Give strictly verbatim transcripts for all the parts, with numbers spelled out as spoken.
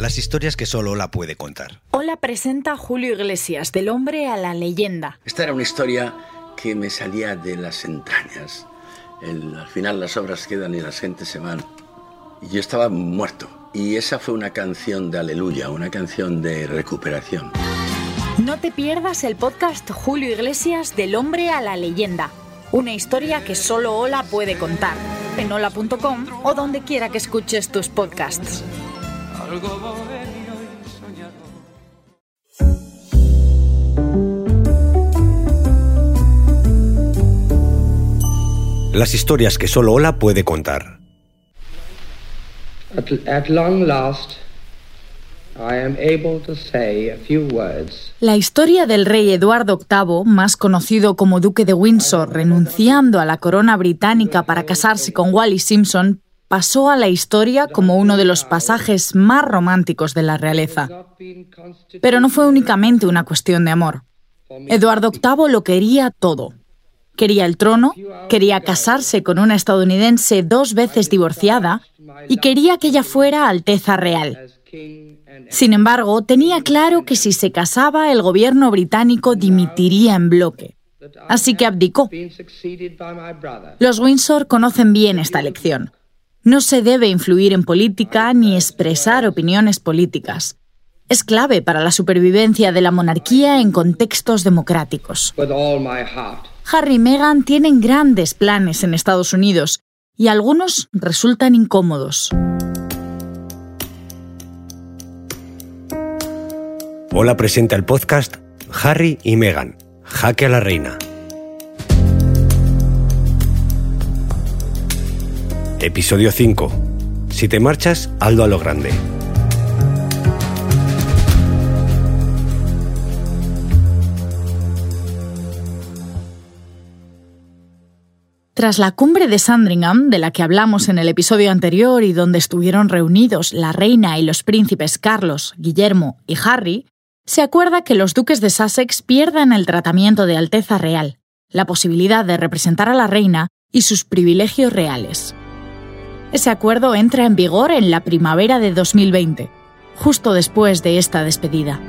Las historias que solo Ola puede contar. Ola presenta a Julio Iglesias, del hombre a la leyenda. Esta era una historia que me salía de las entrañas. El, al final las obras quedan y las gentes se van. Y yo estaba muerto. Y esa fue una canción de aleluya, una canción de recuperación. No te pierdas el podcast Julio Iglesias, del hombre a la leyenda. Una historia que solo Ola puede contar. En ola punto com o donde quiera que escuches tus podcasts. Algo bohemio y soñador. Las historias que solo Ola puede contar. At, at long last, I am able to say a few words. La historia del rey Eduardo octavo, más conocido como Duque de Windsor, renunciando a la corona británica para casarse con Wallis Simpson, pasó a la historia como uno de los pasajes más románticos de la realeza. Pero no fue únicamente una cuestión de amor. Eduardo octavo lo quería todo. Quería el trono, quería casarse con una estadounidense dos veces divorciada y quería que ella fuera Alteza Real. Sin embargo, tenía claro que si se casaba, el gobierno británico dimitiría en bloque. Así que abdicó. Los Windsor conocen bien esta lección. No se debe influir en política ni expresar opiniones políticas. Es clave para la supervivencia de la monarquía en contextos democráticos. Harry y Meghan tienen grandes planes en Estados Unidos y algunos resultan incómodos. Ola presenta el podcast Harry y Meghan, Jaque a la Reina. Episodio cinco. Si te marchas, hazlo a lo grande. Tras la cumbre de Sandringham, de la que hablamos en el episodio anterior y donde estuvieron reunidos la reina y los príncipes Carlos, Guillermo y Harry, se acuerda que los duques de Sussex pierdan el tratamiento de Alteza Real, la posibilidad de representar a la reina y sus privilegios reales. Ese acuerdo entra en vigor en la primavera de dos mil veinte, justo después de esta despedida.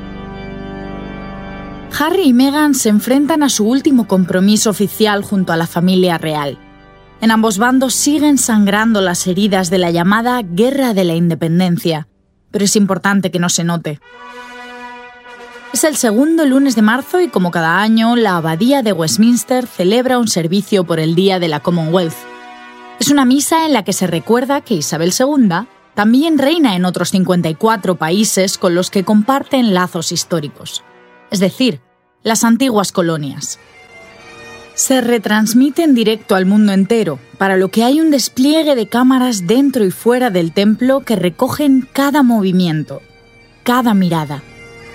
Harry y Meghan se enfrentan a su último compromiso oficial junto a la familia real. En ambos bandos siguen sangrando las heridas de la llamada Guerra de la Independencia, pero es importante que no se note. Es el segundo lunes de marzo y, como cada año, la Abadía de Westminster celebra un servicio por el Día de la Commonwealth. Es una misa en la que se recuerda que Isabel segunda también reina en otros cincuenta y cuatro países con los que comparten lazos históricos, es decir, las antiguas colonias. Se retransmite en directo al mundo entero, para lo que hay un despliegue de cámaras dentro y fuera del templo que recogen cada movimiento, cada mirada.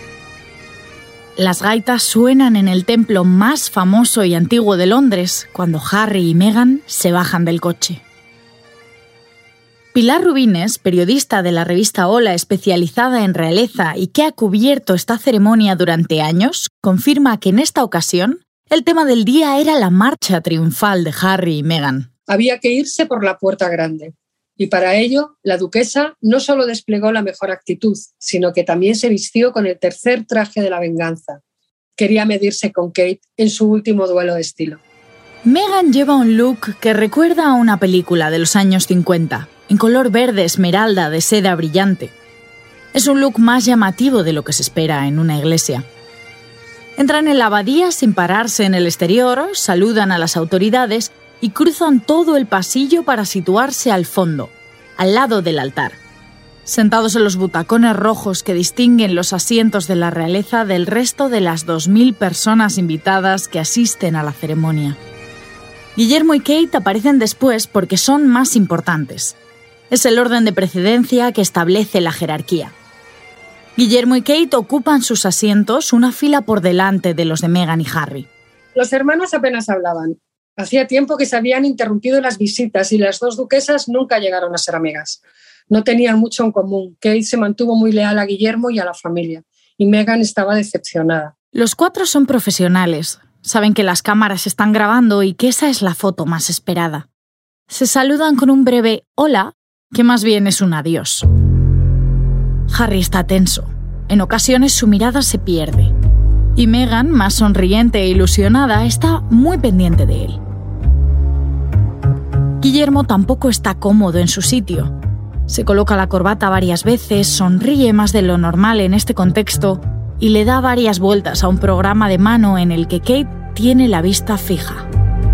Las gaitas suenan en el templo más famoso y antiguo de Londres cuando Harry y Meghan se bajan del coche. Pilar Rubines, periodista de la revista Ola especializada en realeza y que ha cubierto esta ceremonia durante años, confirma que en esta ocasión el tema del día era la marcha triunfal de Harry y Meghan. Había que irse por la puerta grande. Y para ello, la duquesa no solo desplegó la mejor actitud, sino que también se vistió con el tercer traje de la venganza. Quería medirse con Kate en su último duelo de estilo. Meghan lleva un look que recuerda a una película de los años cincuenta, en color verde esmeralda de seda brillante. Es un look más llamativo de lo que se espera en una iglesia. Entran en la abadía sin pararse en el exterior, saludan a las autoridades y cruzan todo el pasillo para situarse al fondo, al lado del altar, sentados en los butacones rojos que distinguen los asientos de la realeza del resto de las dos mil personas invitadas que asisten a la ceremonia. Guillermo y Kate aparecen después porque son más importantes. Es el orden de precedencia que establece la jerarquía. Guillermo y Kate ocupan sus asientos una fila por delante de los de Meghan y Harry. Los hermanos apenas hablaban. Hacía tiempo que se habían interrumpido las visitas y las dos duquesas nunca llegaron a ser amigas. No tenían mucho en común. Kate se mantuvo muy leal a Guillermo y a la familia, y Meghan estaba decepcionada. Los cuatro son profesionales. Saben que las cámaras están grabando y que esa es la foto más esperada. Se saludan con un breve hola, que más bien es un adiós. Harry está tenso. En ocasiones su mirada se pierde. Y Meghan, más sonriente e ilusionada, está muy pendiente de él. Guillermo tampoco está cómodo en su sitio. Se coloca la corbata varias veces, sonríe más de lo normal en este contexto y le da varias vueltas a un programa de mano en el que Kate tiene la vista fija.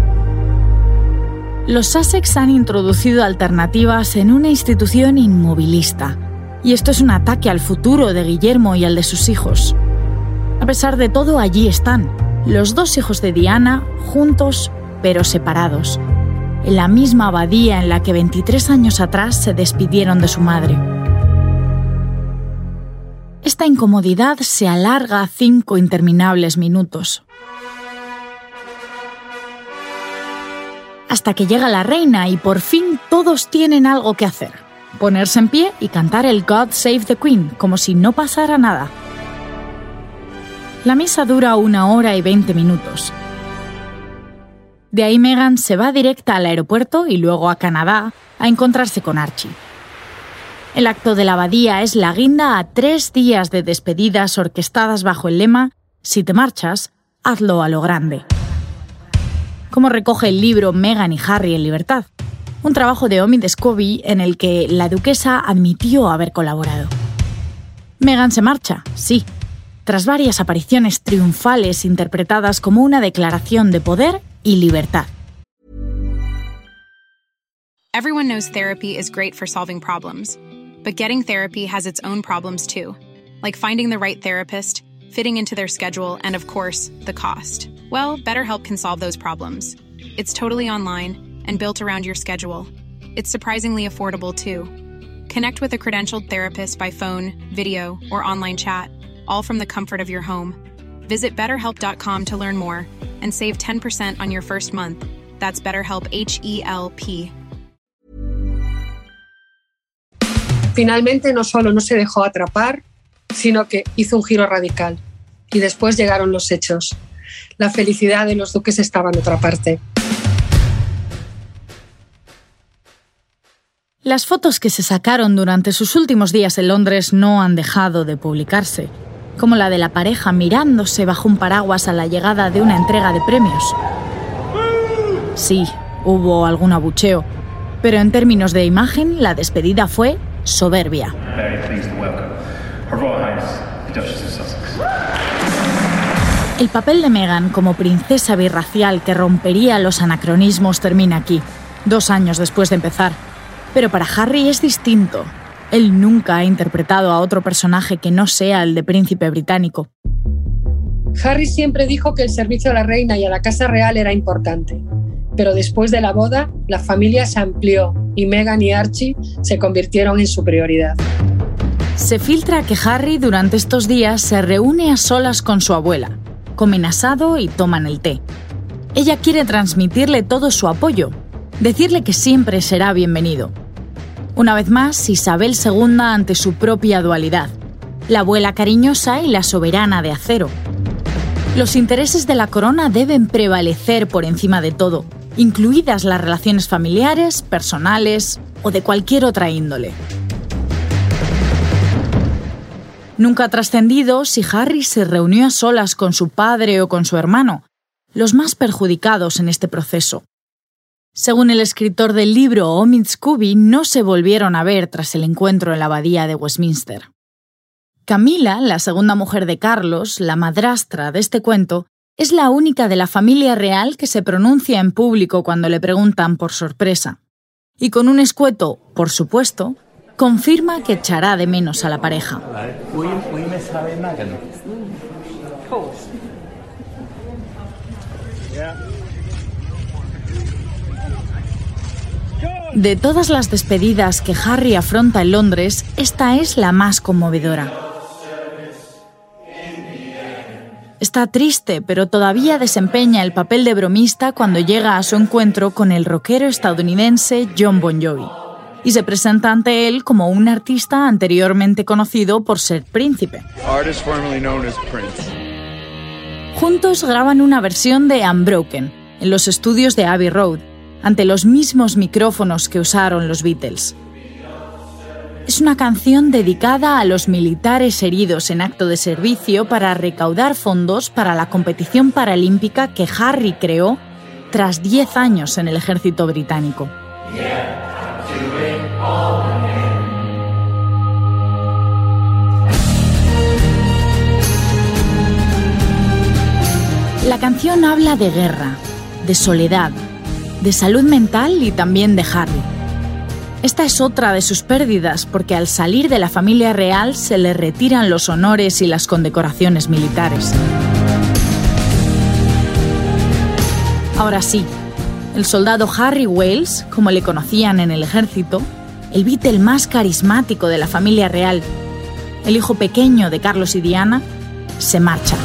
Los Sussex han introducido alternativas en una institución inmovilista, y esto es un ataque al futuro de Guillermo y al de sus hijos. A pesar de todo, allí están, los dos hijos de Diana, juntos pero separados, en la misma abadía en la que veintitrés años atrás se despidieron de su madre. Esta incomodidad se alarga a cinco interminables minutos. Hasta que llega la reina y por fin todos tienen algo que hacer. Ponerse en pie y cantar el God Save the Queen, como si no pasara nada. La misa dura una hora y veinte minutos. De ahí Meghan se va directa al aeropuerto y luego a Canadá a encontrarse con Archie. El acto de la abadía es la guinda a tres días de despedidas orquestadas bajo el lema «Si te marchas, hazlo a lo grande». Como recoge el libro Meghan y Harry en libertad, un trabajo de Omid Scobie en el que la duquesa admitió haber colaborado. Meghan se marcha, sí, tras varias apariciones triunfales interpretadas como una declaración de poder y libertad. Everyone knows therapy is great for solving problems, but getting therapy has its own problems too, like finding the right therapist, fitting into their schedule, and of course, the cost. Well, BetterHelp can solve those problems. It's totally online and built around your schedule. It's surprisingly affordable too. Connect with a credentialed therapist by phone, video, or online chat, all from the comfort of your home. Visit better help dot com to learn more and save ten percent on your first month. That's BetterHelp, H E L P. Finalmente no solo no se dejó atrapar, sino que hizo un giro radical. Y después llegaron los hechos. La felicidad de los duques estaba en otra parte. Las fotos que se sacaron durante sus últimos días en Londres no han dejado de publicarse, como la de la pareja mirándose bajo un paraguas a la llegada de una entrega de premios. Sí, hubo algún abucheo, pero en términos de imagen, la despedida fue soberbia. El papel de Meghan como princesa birracial que rompería los anacronismos termina aquí, dos años después de empezar. Pero para Harry es distinto. Él nunca ha interpretado a otro personaje que no sea el de príncipe británico. Harry siempre dijo que el servicio a la reina y a la casa real era importante. Pero después de la boda, la familia se amplió y Meghan y Archie se convirtieron en su prioridad. Se filtra que Harry durante estos días se reúne a solas con su abuela. Comen asado y toman el té. Ella quiere transmitirle todo su apoyo, decirle que siempre será bienvenido. Una vez más, Isabel segunda ante su propia dualidad, la abuela cariñosa y la soberana de acero. Los intereses de la corona deben prevalecer por encima de todo, incluidas las relaciones familiares, personales o de cualquier otra índole. Nunca ha trascendido si Harry se reunió a solas con su padre o con su hermano, los más perjudicados en este proceso. Según el escritor del libro Omid Scobie, no se volvieron a ver tras el encuentro en la abadía de Westminster. Camila, la segunda mujer de Carlos, la madrastra de este cuento, es la única de la familia real que se pronuncia en público cuando le preguntan por sorpresa. Y con un escueto, por supuesto, confirma que echará de menos a la pareja. De todas las despedidas que Harry afronta en Londres, esta es la más conmovedora. Está triste, pero todavía desempeña el papel de bromista cuando llega a su encuentro con el rockero estadounidense Jon Bon Jovi, y se presenta ante él como un artista anteriormente conocido por ser príncipe. Juntos graban una versión de Unbroken en los estudios de Abbey Road, ante los mismos micrófonos que usaron los Beatles. Es una canción dedicada a los militares heridos en acto de servicio para recaudar fondos para la competición paralímpica que Harry creó tras diez años en el ejército británico. La canción habla de guerra, de soledad, de salud mental y también de Harry. Esta es otra de sus pérdidas porque al salir de la familia real se le retiran los honores y las condecoraciones militares. Ahora sí, el soldado Harry Wales, como le conocían en el ejército, el Beatle más carismático de la familia real, el hijo pequeño de Carlos y Diana, se marcha.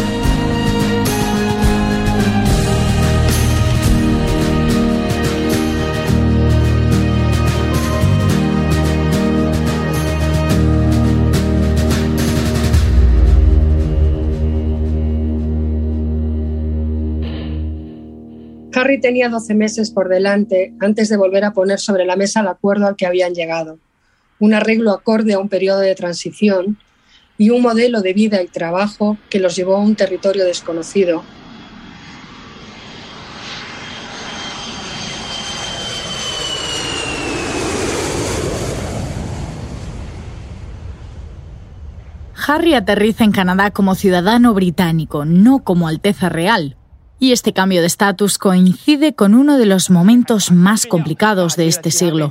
Harry tenía doce meses por delante antes de volver a poner sobre la mesa el acuerdo al que habían llegado, un arreglo acorde a un periodo de transición y un modelo de vida y trabajo que los llevó a un territorio desconocido. Harry aterriza en Canadá como ciudadano británico, no como Alteza Real. Y este cambio de estatus coincide con uno de los momentos más complicados de este siglo.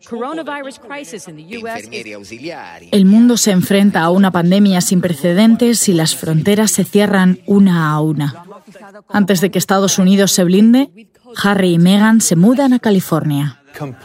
El mundo se enfrenta a una pandemia sin precedentes y las fronteras se cierran una a una. Antes de que Estados Unidos se blinde, Harry y Meghan se mudan a California.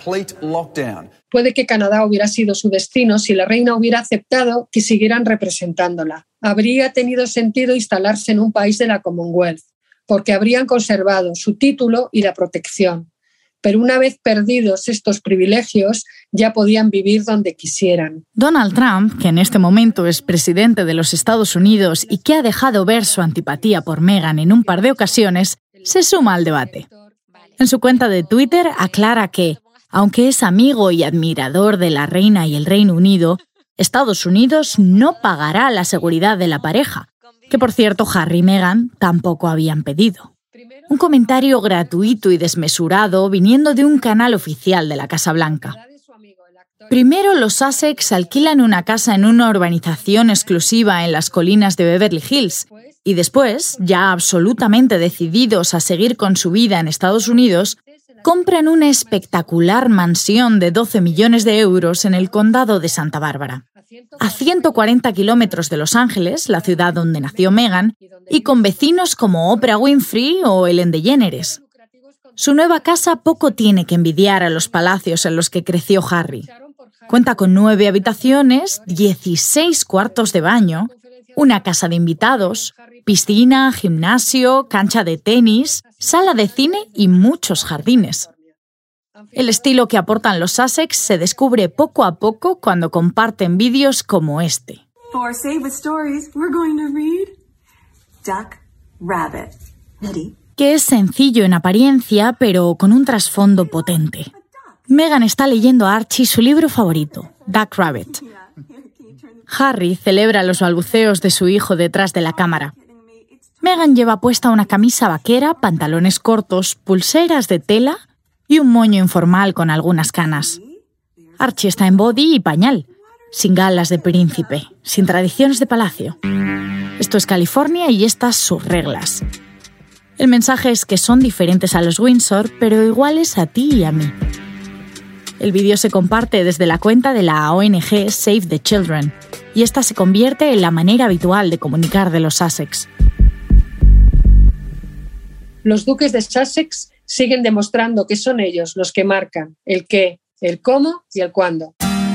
Puede que Canadá hubiera sido su destino si la reina hubiera aceptado que siguieran representándola. Habría tenido sentido instalarse en un país de la Commonwealth, porque habrían conservado su título y la protección. Pero una vez perdidos estos privilegios, ya podían vivir donde quisieran. Donald Trump, que en este momento es presidente de los Estados Unidos y que ha dejado ver su antipatía por Meghan en un par de ocasiones, se suma al debate. En su cuenta de Twitter aclara que, aunque es amigo y admirador de la reina y el Reino Unido, Estados Unidos no pagará la seguridad de la pareja, que por cierto Harry y Meghan tampoco habían pedido. Un comentario gratuito y desmesurado viniendo de un canal oficial de la Casa Blanca. Primero los Sussex alquilan una casa en una urbanización exclusiva en las colinas de Beverly Hills y después, ya absolutamente decididos a seguir con su vida en Estados Unidos, compran una espectacular mansión de doce millones de euros en el condado de Santa Bárbara, a ciento cuarenta kilómetros de Los Ángeles, la ciudad donde nació Meghan, y con vecinos como Oprah Winfrey o Ellen DeGeneres. Su nueva casa poco tiene que envidiar a los palacios en los que creció Harry. Cuenta con nueve habitaciones, dieciséis cuartos de baño, una casa de invitados, piscina, gimnasio, cancha de tenis, sala de cine y muchos jardines. El estilo que aportan los Sussex se descubre poco a poco cuando comparten vídeos como este. For Save With Stories, we're going to read Duck Rabbit. Ready? Que es sencillo en apariencia, pero con un trasfondo potente. Meghan está leyendo a Archie su libro favorito, Duck Rabbit. Harry celebra los balbuceos de su hijo detrás de la cámara. Meghan lleva puesta una camisa vaquera, pantalones cortos, pulseras de tela y un moño informal con algunas canas. Archie está en body y pañal, sin galas de príncipe, sin tradiciones de palacio. Esto es California y estas sus reglas. El mensaje es que son diferentes a los Windsor, pero iguales a ti y a mí. El vídeo se comparte desde la cuenta de la O N G Save the Children, y esta se convierte en la manera habitual de comunicar de los Sussex. Los duques de Sussex siguen demostrando que son ellos los que marcan el qué, el cómo y el cuándo.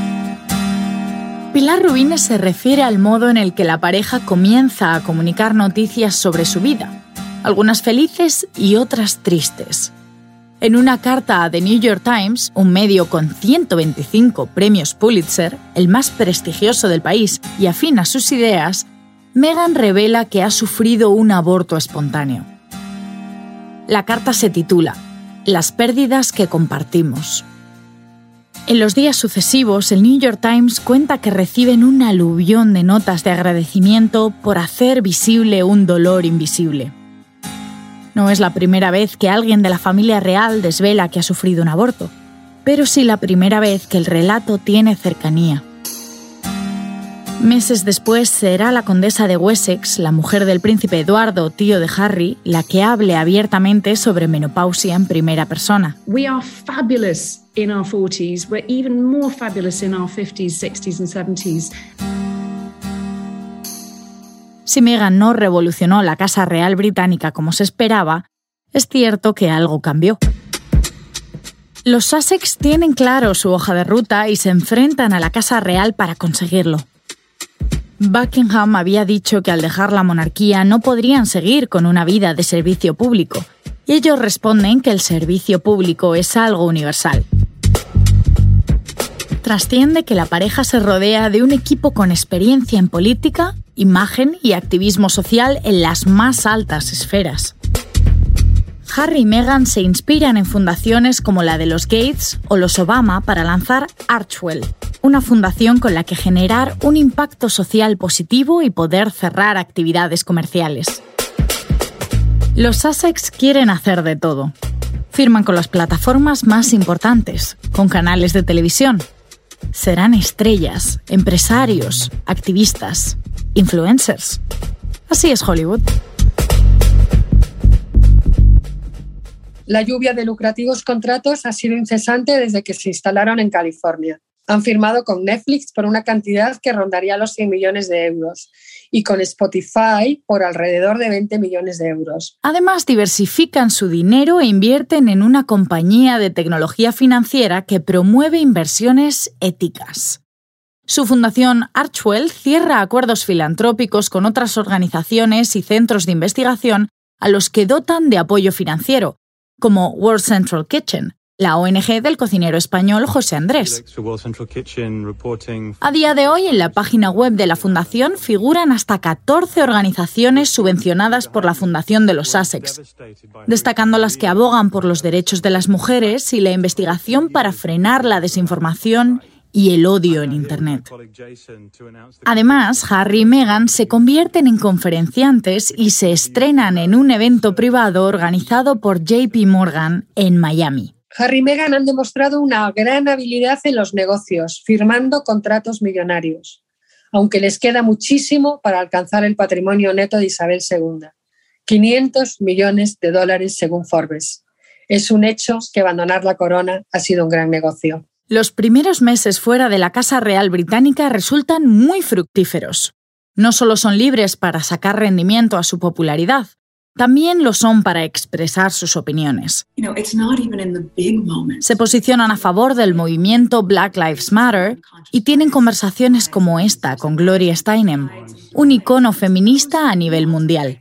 Pilar Rubines se refiere al modo en el que la pareja comienza a comunicar noticias sobre su vida, algunas felices y otras tristes. En una carta a The New York Times, un medio con ciento veinticinco premios Pulitzer, el más prestigioso del país y afín a sus ideas, Meghan revela que ha sufrido un aborto espontáneo. La carta se titula Las pérdidas que compartimos. En los días sucesivos, el New York Times cuenta que reciben un aluvión de notas de agradecimiento por hacer visible un dolor invisible. No es la primera vez que alguien de la familia real desvela que ha sufrido un aborto, pero sí la primera vez que el relato tiene cercanía. Meses después será la condesa de Wessex, la mujer del príncipe Eduardo, tío de Harry, la que hable abiertamente sobre menopausia en primera persona. We are fabulous in our forties. We're even more fabulous in our fifties, sixties and seventies. Si Meghan no revolucionó la Casa Real británica como se esperaba, es cierto que algo cambió. Los Sussex tienen claro su hoja de ruta y se enfrentan a la Casa Real para conseguirlo. Buckingham había dicho que al dejar la monarquía no podrían seguir con una vida de servicio público, y ellos responden que el servicio público es algo universal. Trasciende que la pareja se rodea de un equipo con experiencia en política, imagen y activismo social en las más altas esferas. Harry y Meghan se inspiran en fundaciones como la de los Gates o los Obama para lanzar Archewell, una fundación con la que generar un impacto social positivo y poder cerrar actividades comerciales. Los Sussex quieren hacer de todo. Firman con las plataformas más importantes, con canales de televisión. Serán estrellas, empresarios, activistas, influencers. Así es Hollywood. La lluvia de lucrativos contratos ha sido incesante desde que se instalaron en California. Han firmado con Netflix por una cantidad que rondaría los cien millones de euros y con Spotify por alrededor de veinte millones de euros. Además, diversifican su dinero e invierten en una compañía de tecnología financiera que promueve inversiones éticas. Su fundación Archewell cierra acuerdos filantrópicos con otras organizaciones y centros de investigación a los que dotan de apoyo financiero, como World Central Kitchen, la O N G del cocinero español José Andrés. A día de hoy, en la página web de la fundación figuran hasta catorce organizaciones subvencionadas por la Fundación de los Sussex, destacando las que abogan por los derechos de las mujeres y la investigación para frenar la desinformación y el odio en Internet. Además, Harry y Meghan se convierten en conferenciantes y se estrenan en un evento privado organizado por J P Morgan en Miami. Harry y Meghan han demostrado una gran habilidad en los negocios, firmando contratos millonarios, aunque les queda muchísimo para alcanzar el patrimonio neto de Isabel segunda, quinientos millones de dólares según Forbes. Es un hecho que abandonar la corona ha sido un gran negocio. Los primeros meses fuera de la Casa Real Británica resultan muy fructíferos. No solo son libres para sacar rendimiento a su popularidad, también lo son para expresar sus opiniones. Se posicionan a favor del movimiento Black Lives Matter y tienen conversaciones como esta con Gloria Steinem, un icono feminista a nivel mundial.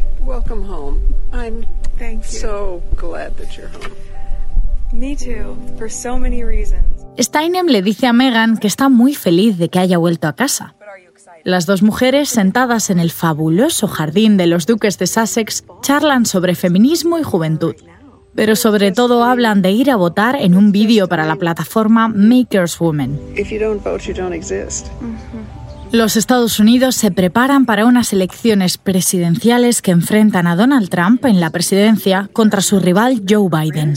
Me too, for so many reasons. Steinem le dice a Meghan que está muy feliz de que haya vuelto a casa. Las dos mujeres, sentadas en el fabuloso jardín de los duques de Sussex, charlan sobre feminismo y juventud. Pero sobre todo hablan de ir a votar en un vídeo para la plataforma Makers Women. Los Estados Unidos se preparan para unas elecciones presidenciales que enfrentan a Donald Trump en la presidencia contra su rival Joe Biden.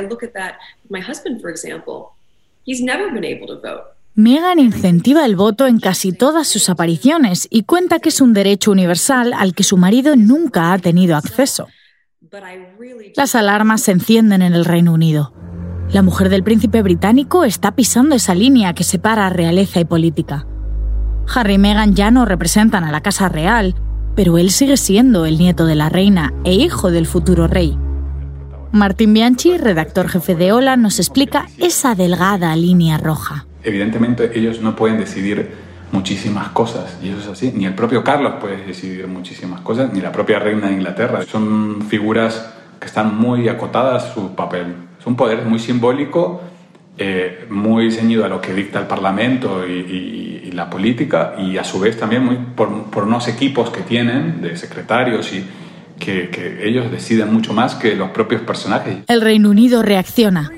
Meghan incentiva el voto en casi todas sus apariciones y cuenta que es un derecho universal al que su marido nunca ha tenido acceso. Las alarmas se encienden en el Reino Unido. La mujer del príncipe británico está pisando esa línea que separa realeza y política. Harry y Meghan ya no representan a la Casa Real, pero él sigue siendo el nieto de la reina e hijo del futuro rey. Martín Bianchi, redactor jefe de Hola, nos explica esa delgada línea roja. Evidentemente ellos no pueden decidir muchísimas cosas, y eso es así. Ni el propio Carlos puede decidir muchísimas cosas, ni la propia reina de Inglaterra. Son figuras que están muy acotadas a su papel. Es un poder muy simbólico, eh, muy ceñido a lo que dicta el Parlamento y, y, y la política, y a su vez también muy por, por unos equipos que tienen de secretarios y que, que ellos deciden mucho más que los propios personajes. El Reino Unido reacciona.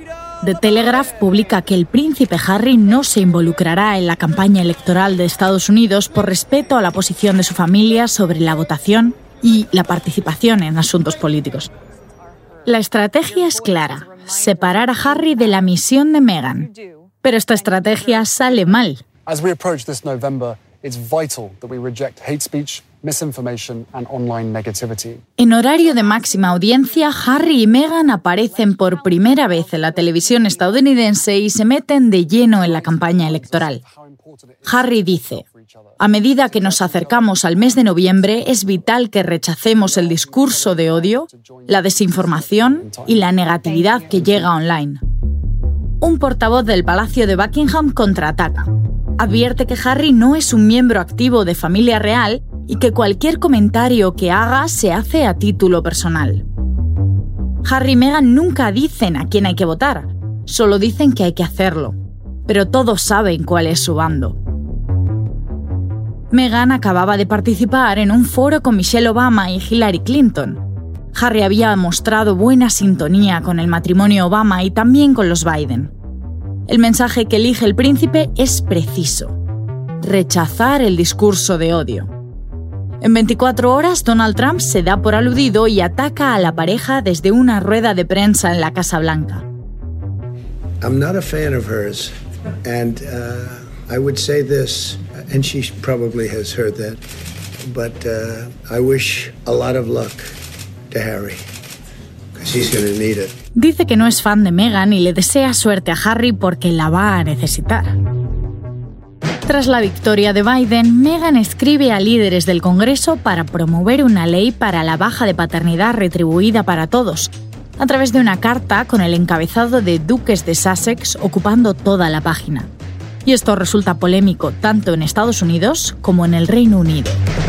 The Telegraph publica que el príncipe Harry no se involucrará en la campaña electoral de Estados Unidos por respeto a la posición de su familia sobre la votación y la participación en asuntos políticos. La estrategia es clara: separar a Harry de la misión de Meghan. Pero esta estrategia sale mal. As we approach this November, it's vital that we reject hate speech, misinformation and online negativity. En horario de máxima audiencia, Harry y Meghan aparecen por primera vez en la televisión estadounidense y se meten de lleno en la campaña electoral. Harry dice: a medida que nos acercamos al mes de noviembre, es vital que rechacemos el discurso de odio, la desinformación y la negatividad que llega online. Un portavoz del Palacio de Buckingham contraataca. Advierte que Harry no es un miembro activo de familia real y que cualquier comentario que haga se hace a título personal. Harry y Meghan nunca dicen a quién hay que votar, solo dicen que hay que hacerlo, pero todos saben cuál es su bando. Meghan acababa de participar en un foro con Michelle Obama y Hillary Clinton. Harry había mostrado buena sintonía con el matrimonio Obama y también con los Biden. El mensaje que elige el príncipe es preciso: rechazar el discurso de odio. En veinticuatro horas, Donald Trump se da por aludido y ataca a la pareja desde una rueda de prensa en la Casa Blanca. I'm not a fan of hers, and uh, I would say this, and she probably has heard that, but uh, I wish a lot of luck to Harry, because he's going to need it. Dice que no es fan de Meghan y le desea suerte a Harry porque la va a necesitar. Tras la victoria de Biden, Meghan escribe a líderes del Congreso para promover una ley para la baja de paternidad retribuida para todos, a través de una carta con el encabezado de Duques de Sussex ocupando toda la página. Y esto resulta polémico tanto en Estados Unidos como en el Reino Unido.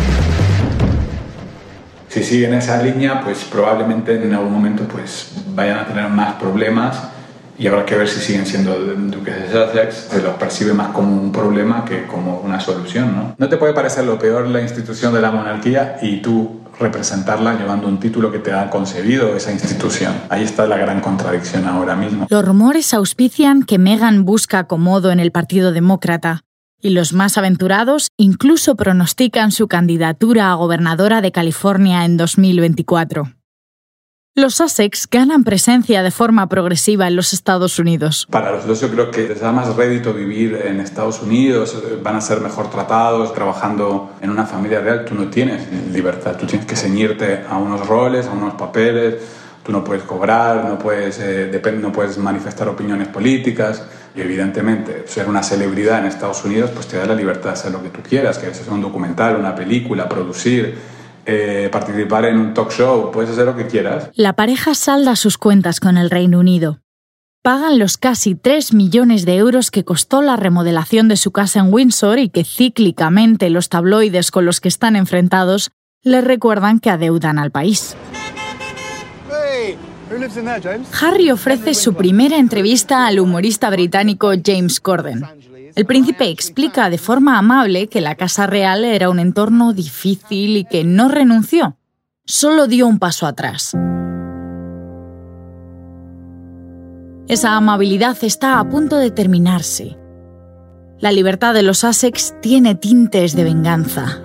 Si siguen esa línea, pues probablemente en algún momento pues, vayan a tener más problemas y habrá que ver si siguen siendo duques de Sussex. Se los percibe más como un problema que como una solución, ¿no? No te puede parecer lo peor la institución de la monarquía y tú representarla llevando un título que te ha concedido esa institución. Ahí está la gran contradicción ahora mismo. Los rumores auspician que Meghan busca acomodo en el Partido Demócrata. Y los más aventurados incluso pronostican su candidatura a gobernadora de California en dos mil veinticuatro. Los Sussex ganan presencia de forma progresiva en los Estados Unidos. Para los dos yo creo que les da más rédito vivir en Estados Unidos, van a ser mejor tratados, trabajando en una familia real. Tú no tienes libertad, tú tienes que ceñirte a unos roles, a unos papeles, tú no puedes cobrar, no puedes, eh, depend- no puedes manifestar opiniones políticas. Y evidentemente, ser una celebridad en Estados Unidos pues te da la libertad de hacer lo que tú quieras, que es un documental, una película, producir, eh, participar en un talk show, puedes hacer lo que quieras. La pareja salda sus cuentas con el Reino Unido. Pagan los casi tres millones de euros que costó la remodelación de su casa en Windsor y que cíclicamente los tabloides con los que están enfrentados les recuerdan que adeudan al país. Harry ofrece su primera entrevista al humorista británico James Corden. El príncipe explica de forma amable que la Casa Real era un entorno difícil y que no renunció, solo dio un paso atrás. Esa amabilidad está a punto de terminarse. La libertad de los Sussex tiene tintes de venganza.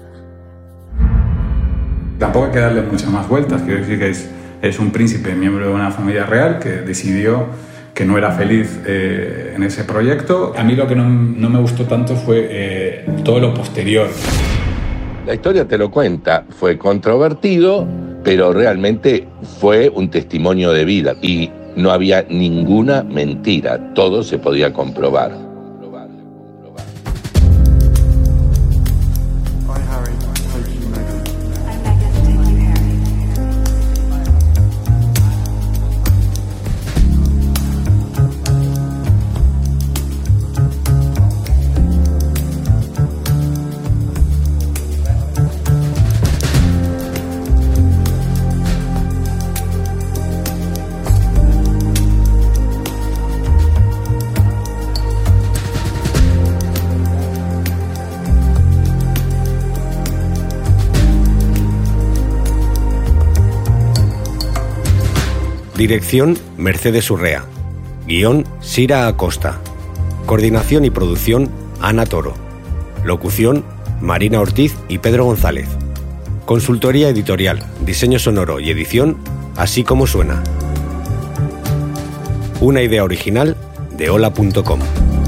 Tampoco hay que darle muchas más vueltas, quiero decir que es... Es un príncipe, miembro de una familia real, que decidió que no era feliz eh, en ese proyecto. A mí lo que no, no me gustó tanto fue eh, todo lo posterior. La historia te lo cuenta, fue controvertido, pero realmente fue un testimonio de vida y no había ninguna mentira, todo se podía comprobar. Dirección: Mercedes Urrea. Guión, Sira Acosta. Coordinación y producción, Ana Toro. Locución, Marina Ortiz y Pedro González. Consultoría editorial, diseño sonoro y edición, Así Como Suena. Una idea original de hola punto com.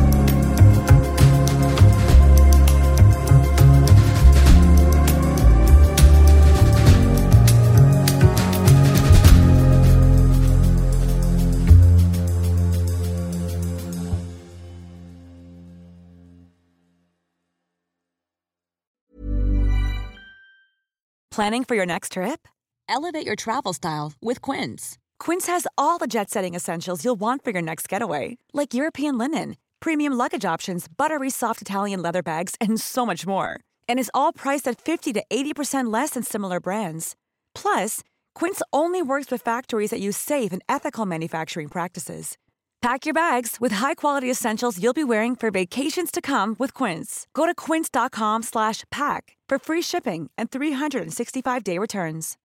Planning for your next trip? Elevate your travel style with Quince. Quince has all the jet-setting essentials you'll want for your next getaway, like European linen, premium luggage options, buttery soft Italian leather bags, and so much more. And is all priced at fifty to eighty percent less than similar brands. Plus, Quince only works with factories that use safe and ethical manufacturing practices. Pack your bags with high-quality essentials you'll be wearing for vacations to come with Quince. Go to quince.com slash pack for free shipping and three sixty-five day returns.